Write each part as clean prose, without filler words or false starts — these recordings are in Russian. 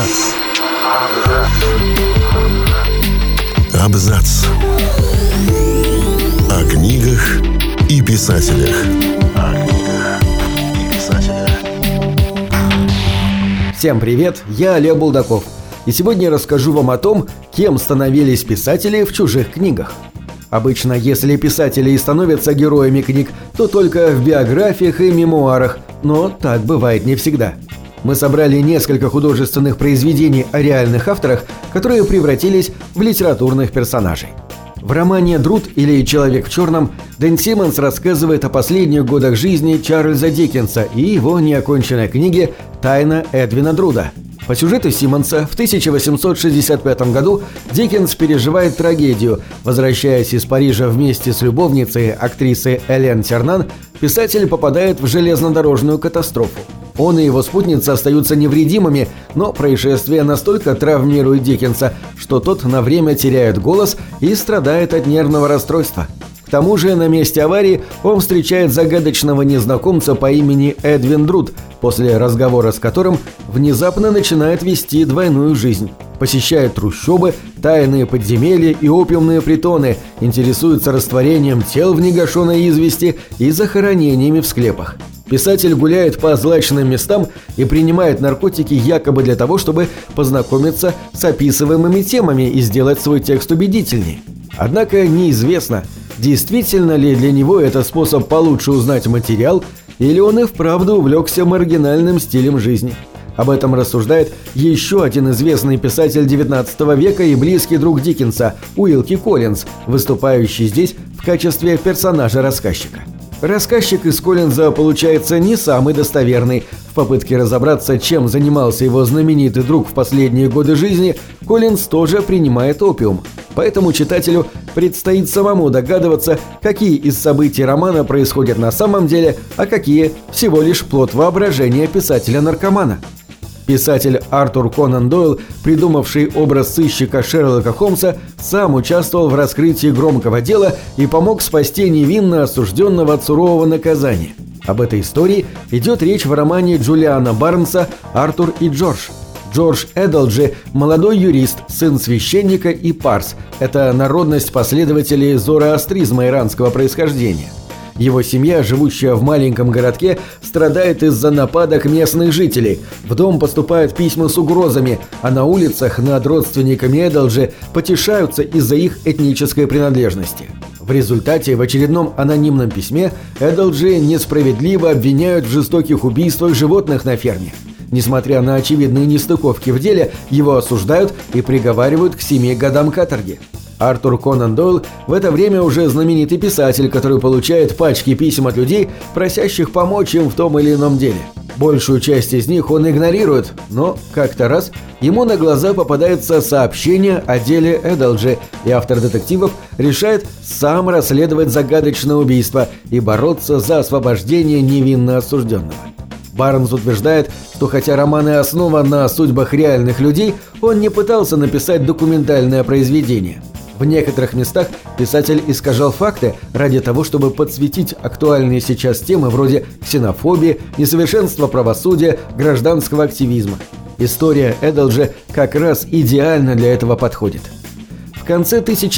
Абзац. Абзац. О книгах и писателях. Всем привет, я Олег Булдаков. И сегодня я расскажу вам о том, кем становились писатели в чужих книгах. Обычно, если писатели и становятся героями книг, то только в биографиях и мемуарах, но так бывает не всегда. Мы собрали несколько художественных произведений о реальных авторах, которые превратились в литературных персонажей. В романе «Друд» или «Человек в черном» Дэн Симмонс рассказывает о последних годах жизни Чарльза Диккенса и его неоконченной книге «Тайна Эдвина Друда». По сюжету Симмонса в 1865 году Диккенс переживает трагедию. Возвращаясь из Парижа вместе с любовницей, актрисой Элен Тернан, писатель попадает в железнодорожную катастрофу. Он и его спутница остаются невредимыми, но происшествие настолько травмирует Диккенса, что тот на время теряет голос и страдает от нервного расстройства. К тому же на месте аварии он встречает загадочного незнакомца по имени Эдвин Друд, после разговора с которым внезапно начинает вести двойную жизнь. Посещает трущобы, тайные подземелья и опиумные притоны, интересуется растворением тел в негашенной извести и захоронениями в склепах. Писатель гуляет по злачным местам и принимает наркотики якобы для того, чтобы познакомиться с описываемыми темами и сделать свой текст убедительнее. Однако неизвестно, действительно ли для него это способ получше узнать материал, или он и вправду увлекся маргинальным стилем жизни. Об этом рассуждает еще один известный писатель XIX века и близкий друг Диккенса Уилки Коллинз, выступающий здесь в качестве персонажа-рассказчика. Рассказчик из Коллинза получается не самый достоверный. В попытке разобраться, чем занимался его знаменитый друг в последние годы жизни, Коллинз тоже принимает опиум. Поэтому читателю предстоит самому догадываться, какие из событий романа происходят на самом деле, а какие всего лишь плод воображения писателя-наркомана. Писатель Артур Конан Дойл, придумавший образ сыщика Шерлока Холмса, сам участвовал в раскрытии громкого дела и помог спасти невинно осужденного от сурового наказания. Об этой истории идет речь в романе Джулиана Барнса «Артур и Джордж». Джордж Эдалджи – молодой юрист, сын священника и парс. Это народность последователей зороастризма иранского происхождения. Его семья, живущая в маленьком городке, страдает из-за нападок местных жителей. В дом поступают письма с угрозами, а на улицах над родственниками Эдалджи потешаются из-за их этнической принадлежности. В результате в очередном анонимном письме Эдалджи несправедливо обвиняют в жестоких убийствах животных на ферме. Несмотря на очевидные нестыковки в деле, его осуждают и приговаривают к 7 годам каторги. Артур Конан Дойл в это время уже знаменитый писатель, который получает пачки писем от людей, просящих помочь им в том или ином деле. Большую часть из них он игнорирует, но как-то раз ему на глаза попадается сообщение о деле Эдалджи, и автор детективов решает сам расследовать загадочное убийство и бороться за освобождение невинно осужденного. Барнс утверждает, что хотя роман и основан на судьбах реальных людей, он не пытался написать документальное произведение. В некоторых местах писатель искажал факты ради того, чтобы подсветить актуальные сейчас темы вроде ксенофобии, несовершенства правосудия, гражданского активизма. История Эдалджи как раз идеально для этого подходит. В конце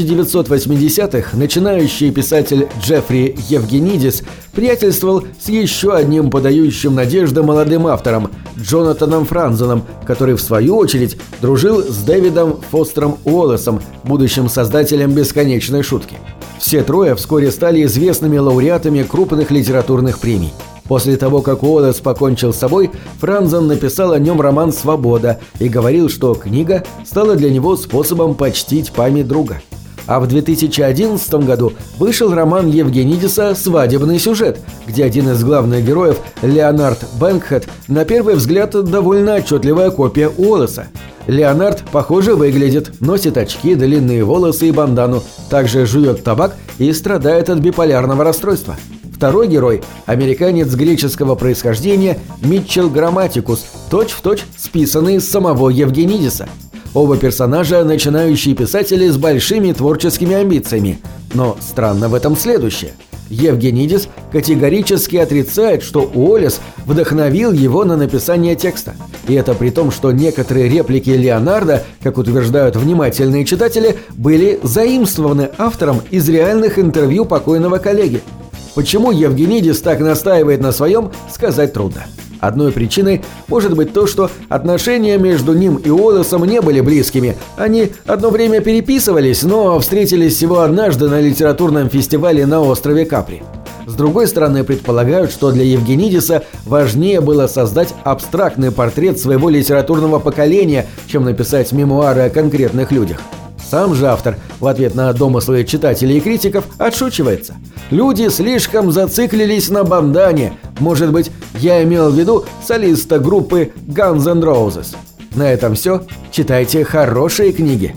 1980-х начинающий писатель Джеффри Евгенидис приятельствовал с еще одним подающим надежды молодым автором Джонатаном Франзеном, который в свою очередь дружил с Дэвидом Фостером Уоллесом, будущим создателем «Бесконечной шутки». Все трое вскоре стали известными лауреатами крупных литературных премий. После того, как Уоллес покончил с собой, Франзен написал о нем роман «Свобода» и говорил, что книга стала для него способом почтить память друга. А в 2011 году вышел роман Евгенидиса «Свадебный сюжет», где один из главных героев, Леонард Бэнкхэт, на первый взгляд довольно отчетливая копия Уоллеса. Леонард похоже выглядит, носит очки, длинные волосы и бандану, также жует табак и страдает от биполярного расстройства. Второй герой – американец греческого происхождения Митчелл Грамматикус, точь-в-точь списанный из самого Евгенидиса. Оба персонажа – начинающие писатели с большими творческими амбициями. Но странно в этом следующее. Евгенидис категорически отрицает, что Уоллес вдохновил его на написание текста. И это при том, что некоторые реплики Леонардо, как утверждают внимательные читатели, были заимствованы автором из реальных интервью покойного коллеги. Почему Евгенидис так настаивает на своем, сказать трудно. Одной причиной может быть то, что отношения между ним и Уоллесом не были близкими. Они одно время переписывались, но встретились всего однажды на литературном фестивале на острове Капри. С другой стороны, предполагают, что для Евгенидиса важнее было создать абстрактный портрет своего литературного поколения, чем написать мемуары о конкретных людях. Сам же автор в ответ на домыслы читателей и критиков отшучивается. Люди слишком зациклились на Бандане. Может быть, я имел в виду солиста группы Guns N' Roses. На этом все. Читайте хорошие книги.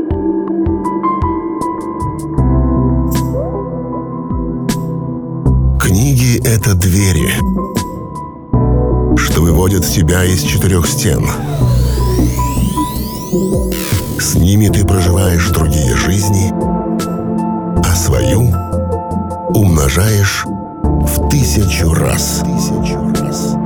Книги — это двери, что выводят тебя из четырех стен. С ними ты проживаешь другие жизни, а свою умножаешь в 1000 раз.